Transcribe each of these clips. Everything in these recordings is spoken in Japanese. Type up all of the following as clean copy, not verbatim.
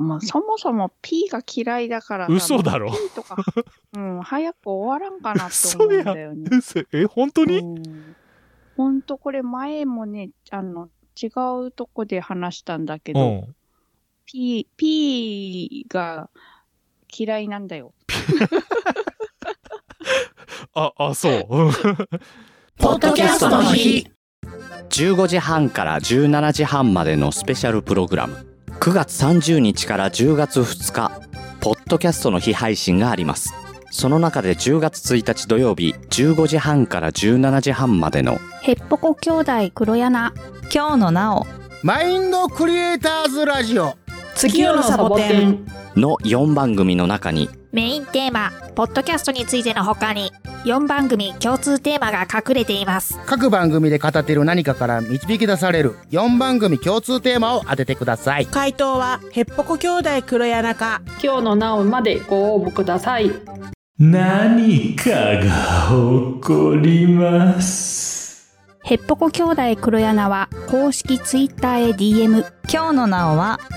もうそもそも P が嫌いだからさ、 嘘だろ。 もう P とか、早く終わらんかなって思うんだよね。 本当に？ ほんとこれ前もね、違うとこで話したんだけど、P が嫌いなんだよ。 そう。 ポッドキャストの日。 15時半から17時半までのスペシャルプログラム。9月30日から10月2日、ポッドキャストの日配信があります。その中で10月1日土曜日15時半から17時半までのヘッポコ兄弟黒柳、 今日のなお、 マインドクリエイターズラジオ、 月夜のサボテンの4番組の中にメインテーマポッドキャストについての他に4番組共通テーマが隠れています。 各番組で語っている何かから導き出される4番組共通テーマを当ててください。 回答はヘッポコ兄弟黒柳か今日のなおまでご応募ください。 何かが起こります。 ヘッポコ兄弟黒柳は公式ツイッターへ DM。 今日のなおは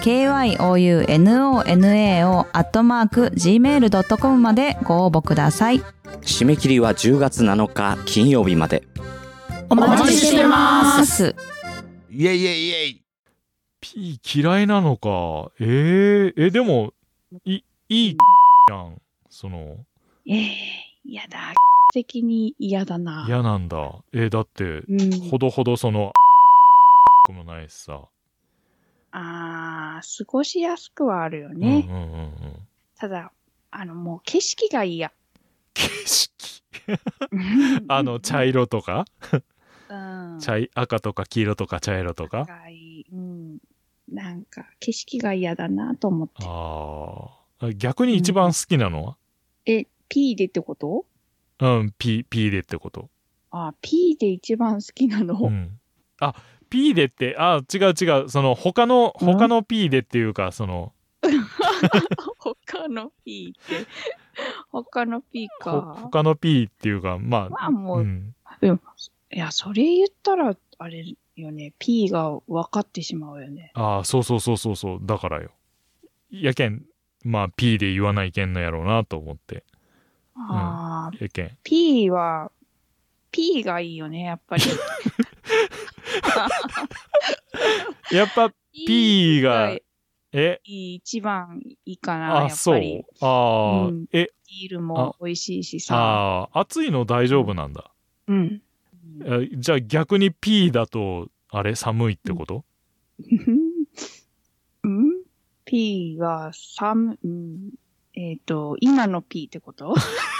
kyounonao@gmail.com までご応募ください。 締め切りは10月7日金曜日まで。 お待ちしてます。 イエイイエイイエイ。 P 嫌いなのか。でもいいやん。 嫌だ。的に嫌だな。 嫌なんだ。だって、ほどほどもないしさ。 過ごしやすくはあるよね。ただ、もう景色が嫌。 景色茶色とか赤とか黄色とか茶色とか。 なんか景色が嫌だなと思って。 逆に一番好きなのは？ P でってこと？ P でってこと。 P で一番好きなの？ P でって、違う。他の P でっていうか、 他の P って、他の P か。 他の P っていうか、もう、 いや、それ言ったら、あれよね、P が分かってしまうよね。 そう。だからよ。やけん、P で言わないけんのやろうなと思って。 P は、P がいいよね、やっぱり。 やっぱ P が、 一番いいかな、やっぱり。ビールも美味しいしさ。 暑いの大丈夫なんだ。じゃあ逆に P だと、寒いってこと？ P が今の P ってこと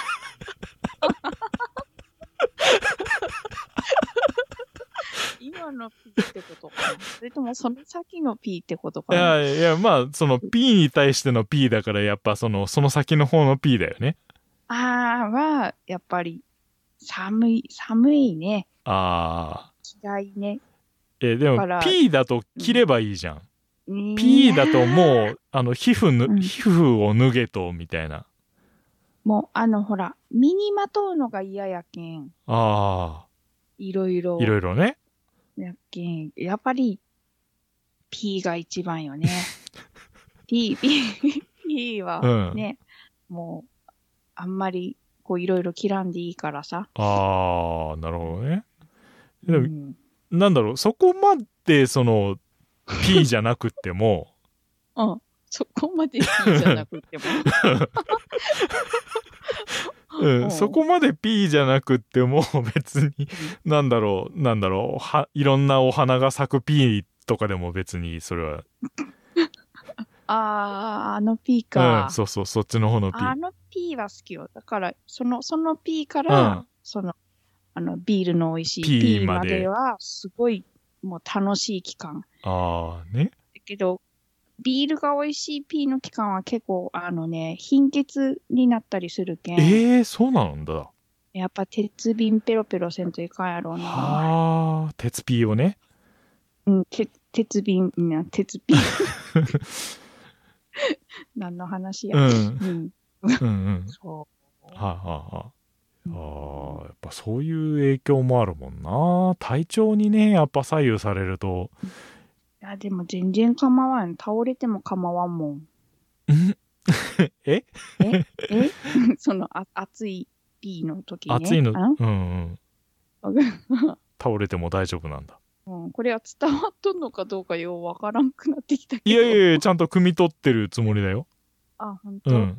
今の P ってことかな、それともその先の P ってことかな。 いや、P に対しての P だから、やっぱその先の方の P だよね。 やっぱり、寒いね。嫌いね。 でも P だと着ればいいじゃん。P だともう、皮膚を脱げと、みたいな。 もう、ほら、身にまとうのが嫌やけん。いろいろね。 やけん、やっぱり、P が一番よね。P はね、もう、あんまり、いろいろ着らんでいいからさ。 なるほどね。でも、なんだろう、そこまで、P じゃなくっても。 そこまで P じゃなくっても。 そこまで P じゃなくっても別に、なんだろう、いろんなお花が咲く P とかでも別にそれは。 P か。 そっちの方の P。 P は好きよ。だから、その P から、ビールの美味しい P までは、すごい、もう楽しい期間。 ね。 だけど、ビールが美味しい P の期間は結構、貧血になったりするけん。 そうなんだ。 やっぱ鉄瓶ペロペロせんといかんやろうな。 鉄 P をね。 鉄瓶。何の話や。そう。 やっぱそういう影響もあるもんな。体調にね、やっぱ左右されると。 いや、でも全然構わん。倒れても構わんもん。 えその熱い P の時ね。 熱いの、倒れても大丈夫なんだ。 これは伝わっとんのかどうかようわからんくなってきたけど。 いやいや、ちゃんと汲み取ってるつもりだよ。 本当。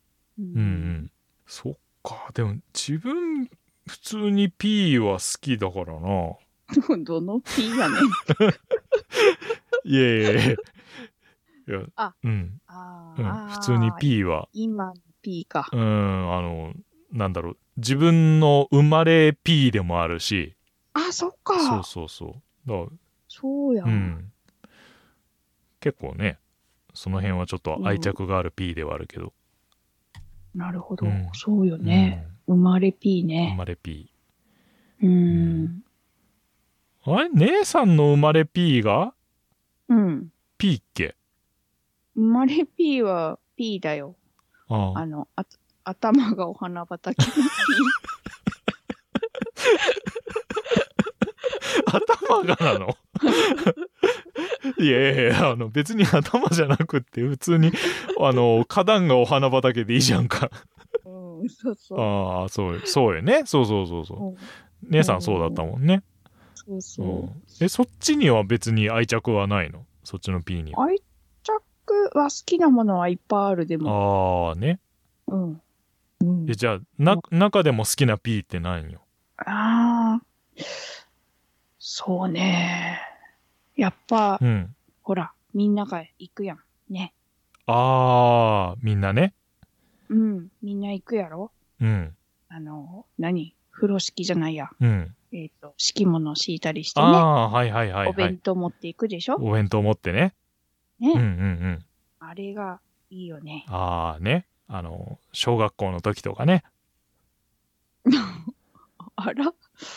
そっか。でも自分普通に P は好きだからな。 どの P やねん。 いやいやいや。普通に P は。 今の P か。 なんだろう。自分の生まれ P でもあるし。 そっか。 そう。だからそうや。 結構ね、その辺はちょっと愛着がある P ではあるけど。 なるほど。そうよね。生まれ P ね。 生まれ P。あれ姉さんの生まれ P がP っけ？ 生まれ P は P だよ。頭がお花畑の P。 頭がなの？いやいや、別に頭じゃなくって普通に花壇がお花畑でいいじゃんか。 そうそう。 そうよね。そう。姉さんそうだったもんね。 そう。 そっちには別に愛着はないの？そっちの P には。 愛着は好きなものはいっぱいあるでも。 ね。じゃあ中でも好きな P って何よ？ そうね。やっぱ、ほら、みんなが行くやん。ね。 みんなね。 みんな行くやろ？ 何？ 風呂敷じゃないや。敷物敷いたりしてね。 はい。 お弁当持っていくでしょ？ お弁当持ってね。 ね。あれがいいよね。 ね。小学校の時とかね。 あら？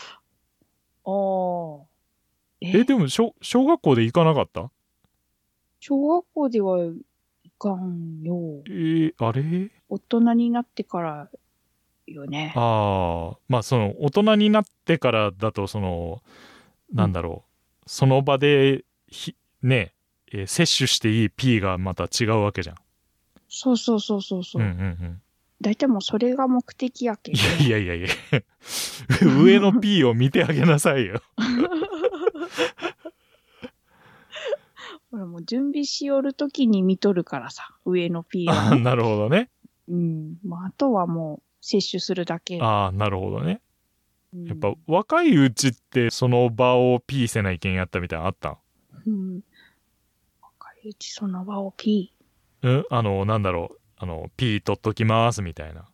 でも小学校で行かなかった？ 小学校ではいかんよ。 あれ？ 大人になってからよね。 まあその大人になってからだとなんだろう、その場でね、摂取していい P がまた違うわけじゃん。そう。 大体もうそれが目的やけど、ね。 いや上の P を見てあげなさいよ。 ほらもう準備しよるときに見とるからさ、上の P は、 なるほどね。 あとはもう摂取するだけ。 なるほどね。やっぱ若いうちってその場を P せないけんやったみたいなのあったん？ 若いうちその場を P。 なんだろう。P 取っときますみたいな。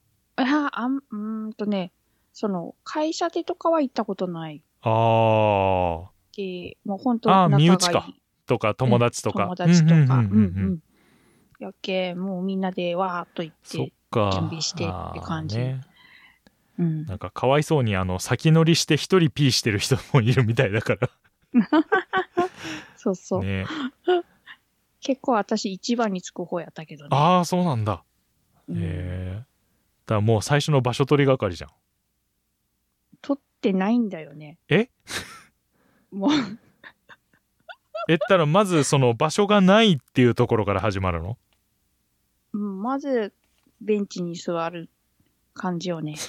会社でとかは行ったことない。 もう本当仲がいい。 身内か。とか友達とか。 友達とか。やけもうみんなでわーっと行って準備してって感じ。 なんかかわいそうに先乗りして一人 P してる人もいるみたいだから。 そう。ね。結構私一番につく方やったけどね。 そうなんだ。だからもう最初の場所取り係じゃん。 取ってないんだよね。もう。 ったらまずその場所がないっていうところから始まるの？ まずベンチに座る感じよね。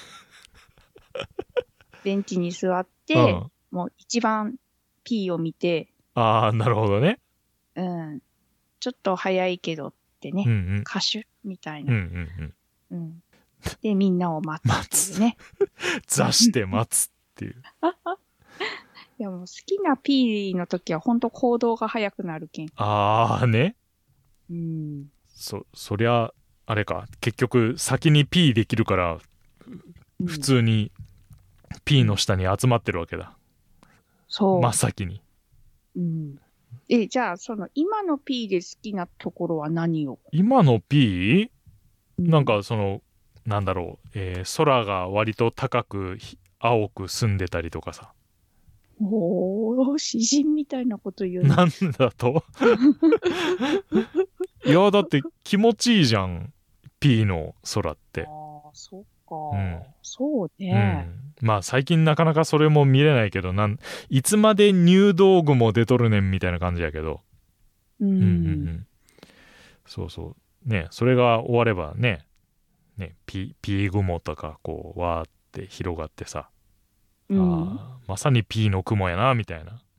ベンチに座って、もう一番 P を見て。 なるほどね。 ちょっと早いけどってね、歌手みたいな。で、みんなを待つっていうね。 座して待つっていう。 いやもう好きな P の時は本当行動が早くなるけん。 ね。そりゃ、あれか。結局、先に P できるから、普通に P の下に集まってるわけだ。真っ先に。 じゃあ、今の P で好きなところは何を？ 今の P？なんかなんだろう、空が割と高く、青く澄んでたりとかさ。 詩人みたいなこと言うの。 なんだと？いや、だって気持ちいいじゃん。P の空って。 そっか。そうね。 まあ最近なかなかそれも見れないけど、いつまで入道具も出とるねんみたいな感じやけど。そう。 ね、それが終わればね、ピー雲とかこうわーって広がってさ、まさにピーの雲やなみたいな。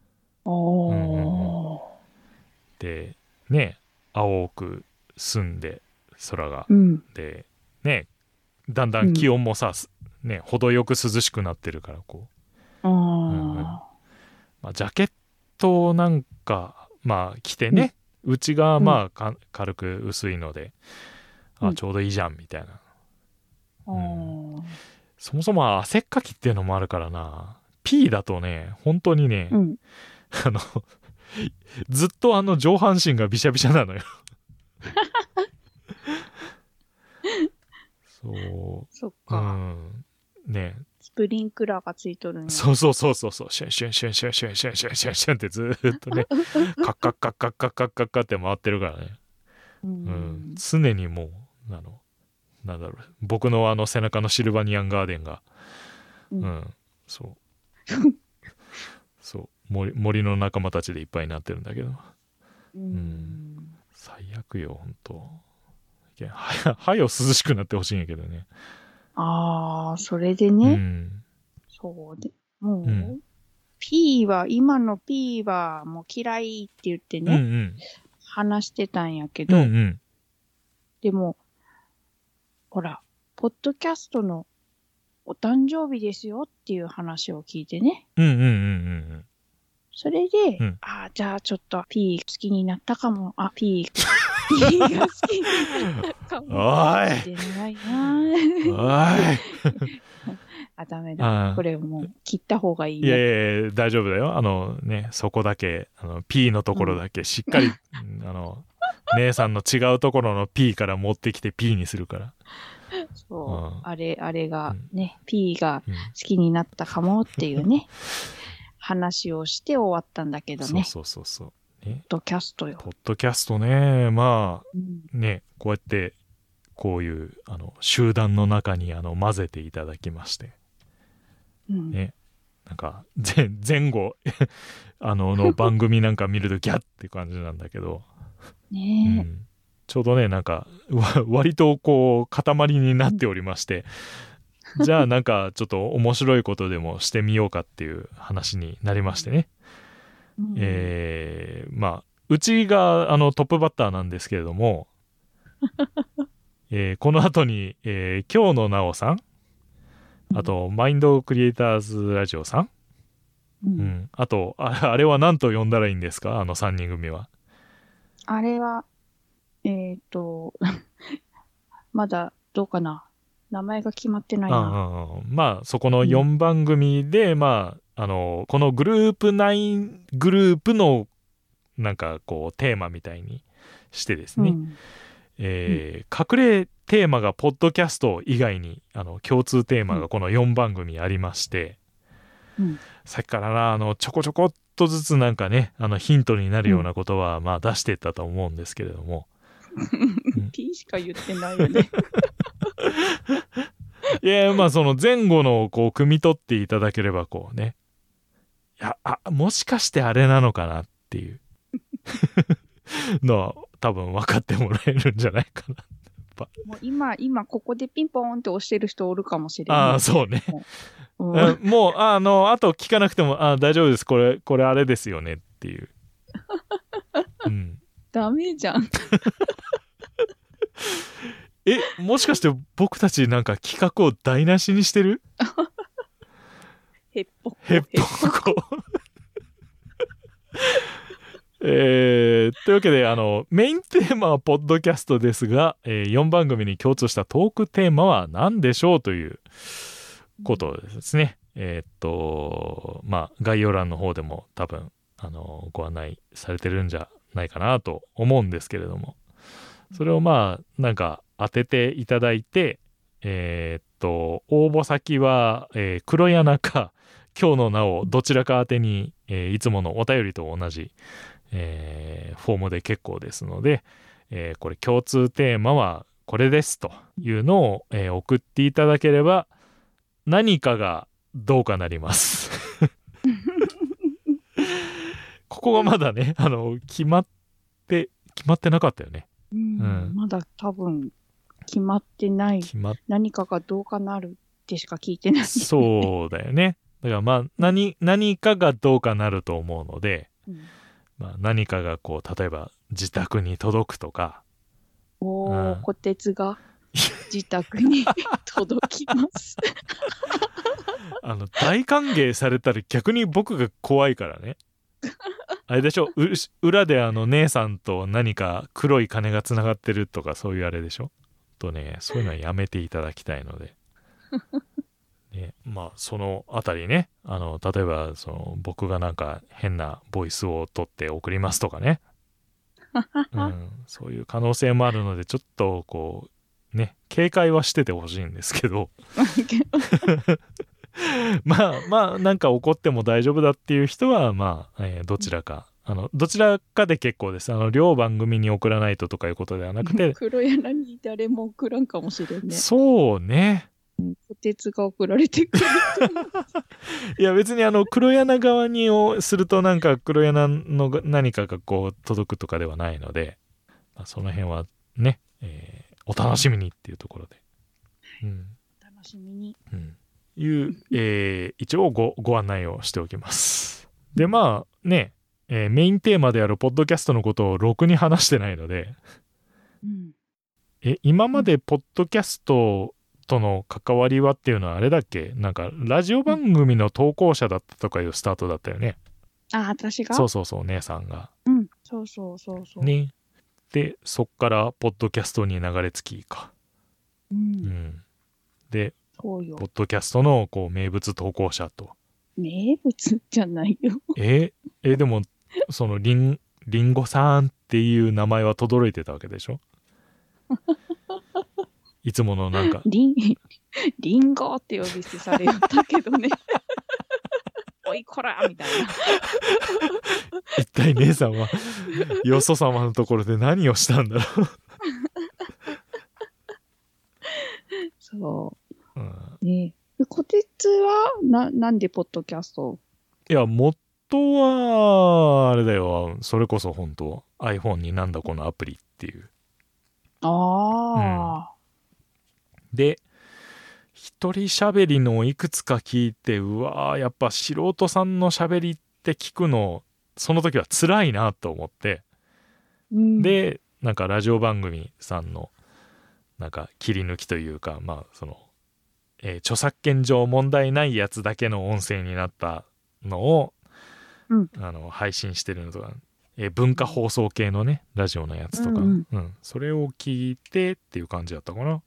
でね、青く澄んで空が、でね、だんだん気温もさ、程よく涼しくなってるからこう、まあ、ジャケットなんかまあ着てね、内側まあ軽く薄いので、ちょうどいいじゃんみたいな、そもそも汗っかきっていうのもあるからな。 P だとね本当にね、ずっと上半身がびしゃびしゃなのよそっか、 ね、 スプリンクラーがついとるんや。 そうシュンシュンシュンシュンシュンシュンシュンシュンシュンシュンシュンシュンシュンってずーっとねカッカッカッカッカッカッカッカッって回ってるからね、常にもうなんだろう、僕の背中のシルバニアンガーデンが、そう森の仲間たちでいっぱいになってるんだけど、最悪よほんと。はよ涼しくなってほしいんやけどね。 それでね、そうでもう、P は今の P はもう嫌いって言ってね、話してたんやけど、でもほらポッドキャストのお誕生日ですよっていう話を聞いてね、それで、じゃあちょっと P 好きになったかも、P が好きになったかもしれないな。ダメだ、これもう切った方がいいね。 いや大丈夫だよ。そこだけP のところだけしっかり、姉さんの違うところの P から持ってきて P にするから。 そう、あれがね、P が好きになったかもっていうね、話をして終わったんだけどね。 そう。 ポッドキャストよ。 ポッドキャストね、まあ、ね、こうやってこういう集団の中に混ぜていただきまして、ね、なんか前後の番組なんか見るとギャッって感じなんだけど、ちょうどねなんか割とこう塊になっておりまして、じゃあなんかちょっと面白いことでもしてみようかっていう話になりましてね、まあうちがトップバッターなんですけれども、この後に、京野直さん、あとマインドクリエイターズラジオさん、あとあれは何と呼んだらいいんですか、3人組は。 あれはまだどうかな、名前が決まってないな。 まあそこの4番組で、まあこのグループ9グループのなんかこうテーマみたいにしてですね、隠れテーマがポッドキャスト以外に共通テーマがこの4番組ありまして、さっきからちょこちょこっとずつなんかねヒントになるようなことはまあ出していったと思うんですけれども、 P しか言ってないよね。 いやまあその前後のこう汲み取っていただければこうね、いやもしかしてあれなのかなっていうのは多分分かってもらえるんじゃないかな。 もう今ここでピンポーンって押してる人おるかもしれない。 そうね。もうあと聞かなくても大丈夫です、これあれですよねっていう。 ダメじゃん。 もしかして僕たちなんか企画を台無しにしてる？ へっぽこ。 というわけでメインテーマはポッドキャストですが、4番組に共通したトークテーマは何でしょうということですね。まあ概要欄の方でも多分ご案内されてるんじゃないかなと思うんですけれども、それをまあなんか当てていただいて、応募先は、黒柳か今日のなおどちらか宛てに、いつものお便りと同じフォームで結構ですので、これ共通テーマはこれですというのを、送っていただければ何かがどうかなりますここがまだね決まってなかったよね。 まだ多分決まってない。何かがどうかなるってしか聞いてない。 そうだよね。だからまあ何かがどうかなると思うので、まあ、何かがこう例えば自宅に届くとか。 こてつが自宅に届きます。 大歓迎されたら逆に僕が怖いからね。あれでしょ、裏で姉さんと何か黒い金がつながってるとかそういうあれでしょとね、そういうのはやめていただきたいので、ね、まあそのあたりね、例えば僕がなんか変なボイスを取って送りますとかね、そういう可能性もあるので、ちょっとこうね、警戒はしててほしいんですけどまあなんか怒っても大丈夫だっていう人はまあ、どちらかで結構です。両番組に送らないととかいうことではなくて、 黒柳に誰も送らんかもしれんね。 そうね。 こてつが送られてくる。 いや別に黒柳側にするとなんか黒柳の何かがこう届くとかではないので、まあ、その辺はね、お楽しみにっていうところで、 楽しみに、 いう、一応ご案内をしておきます。でまあね、メインテーマであるポッドキャストのことをろくに話してないので、今までポッドキャストとの関わりはっていうのはあれだっけ、なんかラジオ番組の投稿者だったとかいうスタートだったよね。 私がそう姉さんが。 そうね。でそっからポッドキャストに流れ着きか。でポッドキャストのこう名物投稿者と。 名物じゃないよ。 でもリンゴさんっていう名前は轟いてたわけでしょいつものなんかリンゴって呼び捨てされたけどねおいこらみたいな一体姉さんはよそ様のところで何をしたんだろうそう、ね、こてつはなんでポッドキャスト？ いや元はあれだよ、それこそ本当 iPhone になんだこのアプリっていう。で一人喋りのいくつか聞いて、うわーやっぱ素人さんの喋りって聞くのその時は辛いなと思って、でなんかラジオ番組さんのなんか切り抜きというか、まあ著作権上問題ないやつだけの音声になったのを、配信してるのとか、文化放送系のねラジオのやつとか、それを聞いてっていう感じだったかな。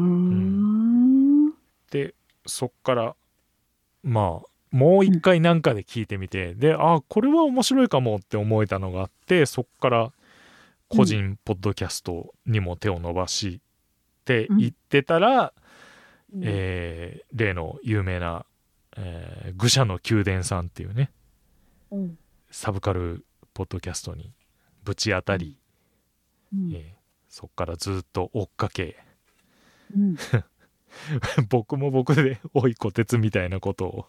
でそっからまあもう一回なんかで聞いてみて、でこれは面白いかもって思えたのがあって、そっから個人ポッドキャストにも手を伸ばしていってたら、例の有名な、愚者の宮殿さんっていうね、サブカルポッドキャストにぶち当たり、そっからずっと追っかけ、僕も僕でおいこてつみたいなことを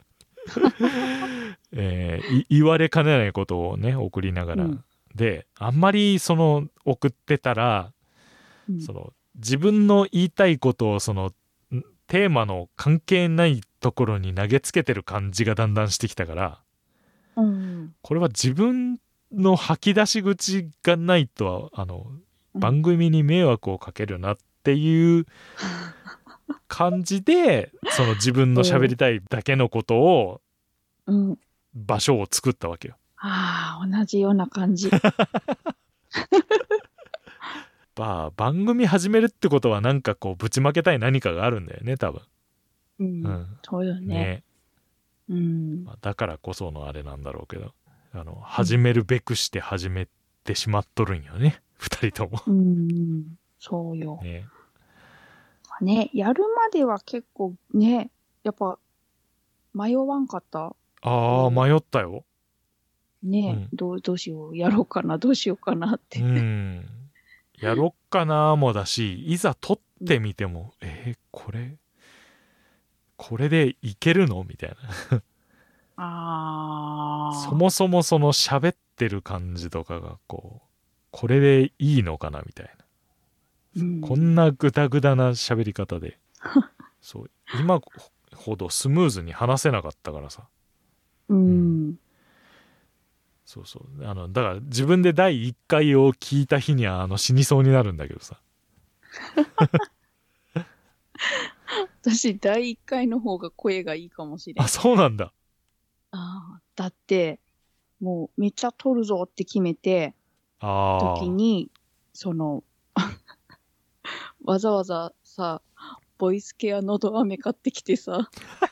言われかねないことをね送りながら、であんまり送ってたら、自分の言いたいことをテーマの関係ないところに投げつけてる感じがだんだんしてきたから、これは自分の吐き出し口がないと番組に迷惑をかけるなっていう感じで、自分の喋りたいだけのことを、場所を作ったわけよ。 同じような感じ番組始めるってことはなんかこうぶちまけたい何かがあるんだよね多分。 そうよね。 だからこそのあれなんだろうけど、始めるべくして始めてしまっとるんよね2人とも。 そうよ。ね、やるまでは結構ね、やっぱ迷わんかった。 迷ったよ。 ね、どうしよう、やろうかな、どうしようかなって。 やろっかなもだし、いざ撮ってみても、これでいけるのみたいな。そもそも喋ってる感じとかがこれでいいのかなみたいこんなグダグダな喋り方でそう今ほどスムーズに話せなかったからさ。そうそうだから自分で第1回を聞いた日には死にそうになるんだけどさ。 私第1回の方が声がいいかもしれない。 あ、そうなんだ。 だってもうめっちゃ撮るぞって決めて時にわざわざさボイスケアのど飴買ってきてさ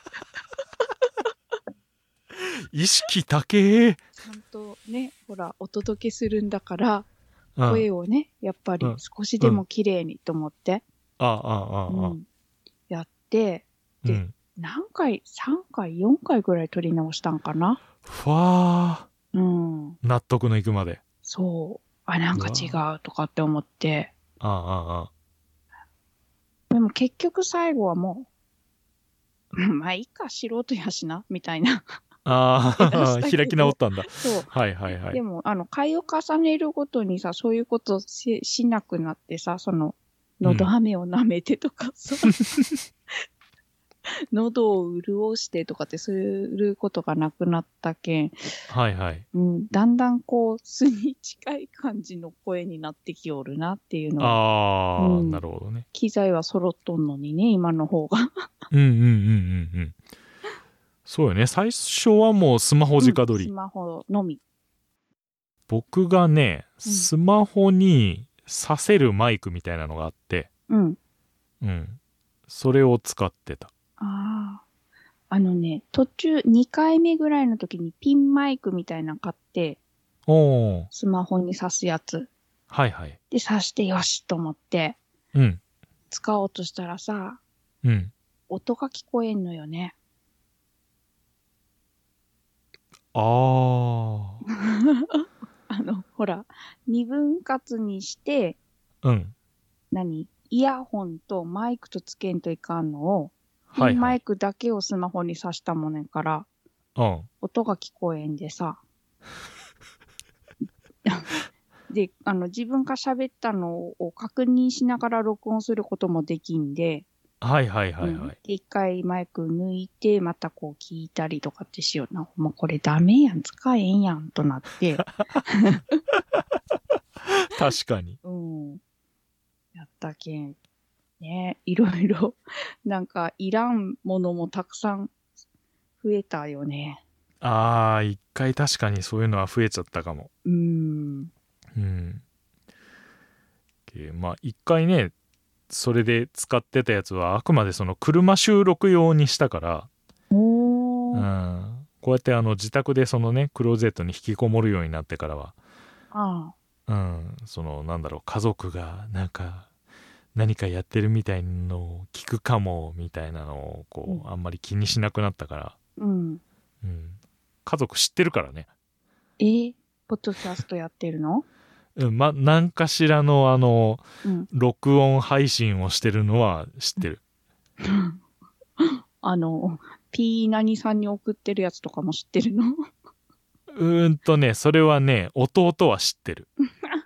意識高え。 ちゃんとねほらお届けするんだから声をねやっぱり少しでも綺麗にと思ってやってで何回3回4回ぐらい撮り直したんかな。 ふわー、納得のいくまで。 そうなんか違うとかって思ってでも結局最後はもうまあいいか素人やしなみたいな開き直ったんだ。 そうはいはいはい。 でも回を重ねるごとにさそういうことしなくなってさのど飴を舐めてとかさ、喉を潤してとかってすることがなくなったけん、 はいはい、 だんだん素に近い感じの声になってきおるなっていうのは。 なるほどね。 機材は揃っとんのにね今の方がそうよね。最初はもうスマホ直撮り、 スマホのみ。 僕がねスマホに挿せるマイクみたいなのがあってそれを使ってた。 途中2回目ぐらいの時にピンマイクみたいなの買ってスマホに挿すやつはいはいで挿してよしと思って使おうとしたらさ音が聞こえんのよね。ほら2分割にしてイヤホンとマイクとつけんといかんのをピンマイクだけをスマホに挿したもんから音が聞こえんでさで自分が喋ったのを確認しながら録音することもできんで一回マイク抜いてまた聞いたりとかってしような。もうこれダメやん使えんやんとなって確かにやったけんね、いろいろなんかいらんものもたくさん増えたよね。 一回確かにそういうのは増えちゃったかも。まあ一回ねそれで使ってたやつはあくまで車収録用にしたからこうやって自宅でクローゼットに引きこもるようになってからはなんだろう家族が何かやってるみたいのを聞くかもみたいなのをあんまり気にしなくなったから家族知ってるからね。 ポッドキャストやってるの？ 何かしらの録音配信をしてるのは知ってる。 P 何さんに送ってるやつとかも知ってるの？ それはね弟は知ってる。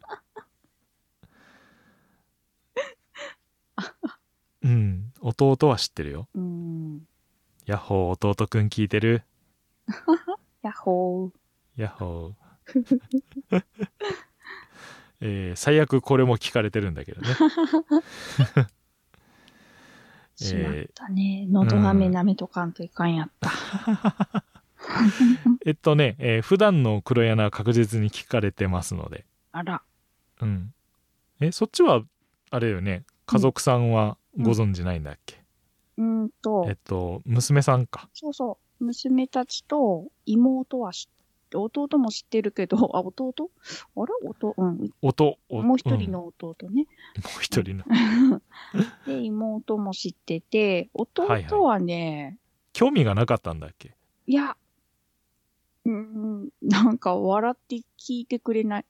弟は知ってるよ。ヤッホー弟くん聞いてる？ ヤッホーヤッホー最悪これも聞かれてるんだけどね。 しまったね。喉飴舐めとかんといかんやった。 普段の黒柳は確実に聞かれてますので。 あら。 そっちはあれよね。家族さんはご存知ないんだっけ？娘さんか。 そうそう。娘たちと妹は弟も知ってるけど、弟？あれ？もう一人の弟ね。 もう一人の。 で、妹も知ってて、弟はね、 興味がなかったんだっけ？ いや、なんか笑って聞いてくれない。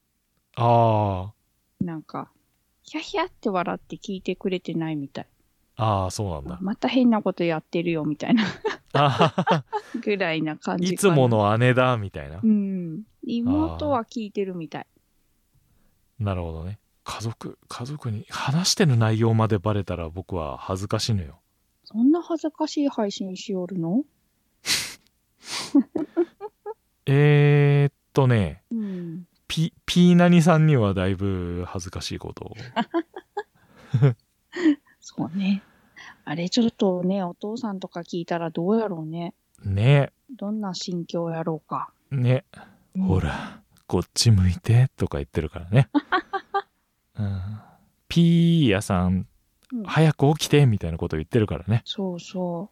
なんか、ヒャヒャって笑って聞いてくれてないみたい。 そうなんだ。 また変なことやってるよみたいなぐらいな感じかな。 いつもの姉だみたいな。 妹は聞いてるみたい。 なるほどね。 家族に話してる内容までバレたら僕は恥ずかしいのよ。 そんな恥ずかしい配信しよるの？ うん、ピーナニさんにはだいぶ恥ずかしいことを。 そうね。あれちょっとね、お父さんとか聞いたらどうやろうね。 ね。 どんな心境やろうか。 ね。ほら、こっち向いてとか言ってるからね。うん、ピーヤさん、早く起きてみたいなこと言ってるからね。 そうそう。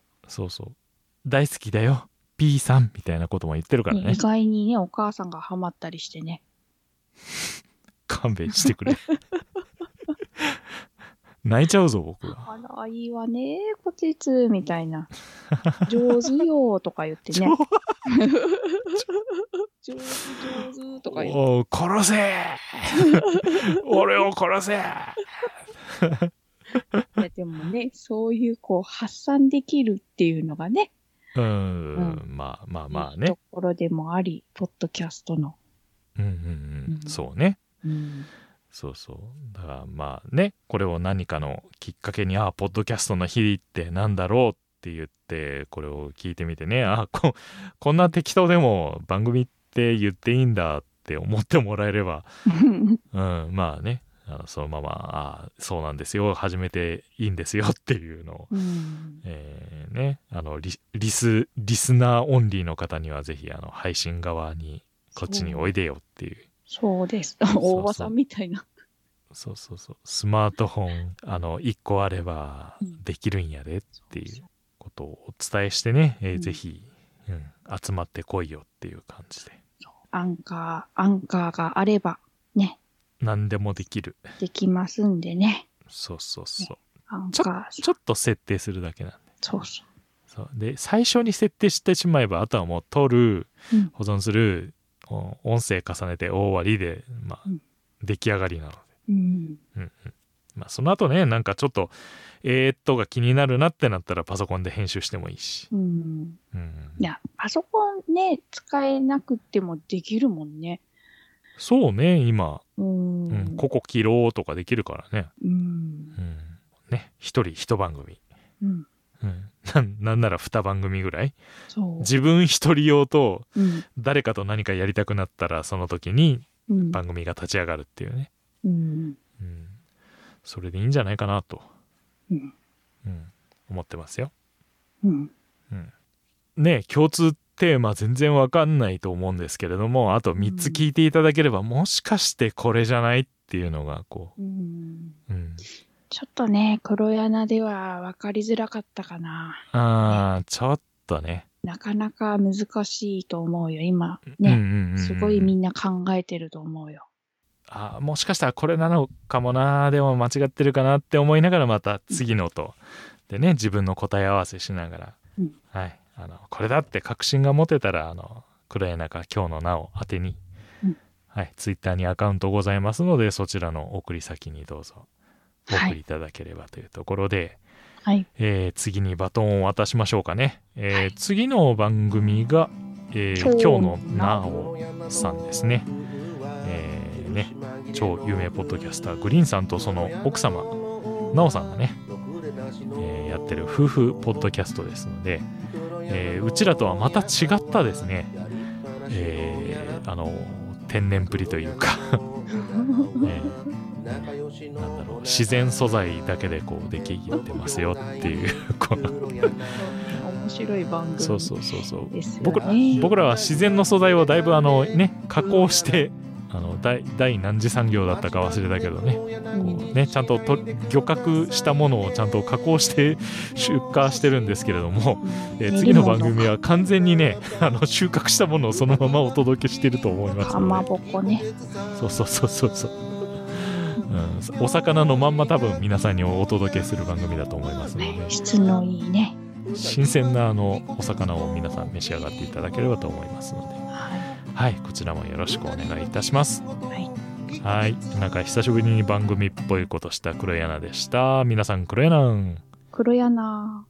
大好きだよ。P さんみたいなことも言ってるからね。 意外にね、お母さんがハマったりしてね。 勘弁してくれ。泣いちゃうぞ僕は。 あら、いいわね、こてつみたいな。上手よとか言ってね。上手とか言って。 おう、殺せ俺を殺せ。 いやでもね、そういうこう発散できるっていうのがね。 まあね。 ところでもあり、ポッドキャストの。 そうね。そう。だからまあね、これを何かのきっかけに、ポッドキャストの日ってなんだろうって言って、これを聞いてみてね、こんな適当でも番組って言っていいんだって思ってもらえれば、まあね。そのままそうなんですよ、始めていいんですよっていうのを、ね、リスナーオンリーの方にはぜひ配信側にこっちにおいでよっていう。 そうです。大場さんみたいな。 そう。スマートフォン1個あればできるんやでっていうことをお伝えしてね、ぜひ、集まってこいよっていう感じで。 アンカーがあればね。 何でもできる。 できますんでね。 そう。 ね、 ちょっと設定するだけなんで。 そう。 で、最初に設定してしまえば、あとはもう撮る、保存する、音声重ねて大終わりで、出来上がりなので。まあ、その後ね、なんかちょっと、が気になるなってなったらパソコンで編集してもいいし。 いや、パソコンね、使えなくてもできるもんね。 そうね、今、ここ切ろうとかできるからね。ね、一人一番組。なんなら2番組ぐらい。自分一人用と、誰かと何かやりたくなったら、その時に番組が立ち上がるっていうね。それでいいんじゃないかなと、思ってますよ。ね、共通テーマ全然わかんないと思うんですけれども、あと3つ聞いていただければ、もしかしてこれじゃないっていうのがこう、 ちょっとね、黒柳では分かりづらかったかな。 ちょっとね、 なかなか難しいと思うよ今ね、すごいみんな考えてると思うよ。 もしかしたらこれなのかもな、でも間違ってるかなって思いながら、また次のとでね、自分の答え合わせしながら、はい、これだって確信が持てたら、黒柳今日のなお宛てに、はい、ツイッターにアカウントございますので、そちらの送り先にどうぞお送りいただければというところで、次にバトンを渡しましょうかね。次の番組が、今日のなおさんですね。超有名ポッドキャスターグリーンさんとその奥様なおさんがね、やってる夫婦ポッドキャストですので、うちらとはまた違ったですね、天然ぶりというか、なんだろう、自然素材だけでこうできてますよっていうこの面白い番組。 そう、僕らは自然の素材をだいぶ加工して第何次産業だったか忘れたけどね、こうね、ちゃんと漁獲したものをちゃんと加工して出荷してるんですけれども、次の番組は完全にね、収穫したものをそのままお届けしていると思いますので。 かまぼこね。 そう、お魚のまんま多分皆さんにお届けする番組だと思いますので、 質のいいね、 新鮮なお魚を皆さん召し上がっていただければと思いますので、はい、こちらもよろしくお願いいたします。はい、なんか久しぶりに番組っぽいことした黒柳でした。皆さん黒柳。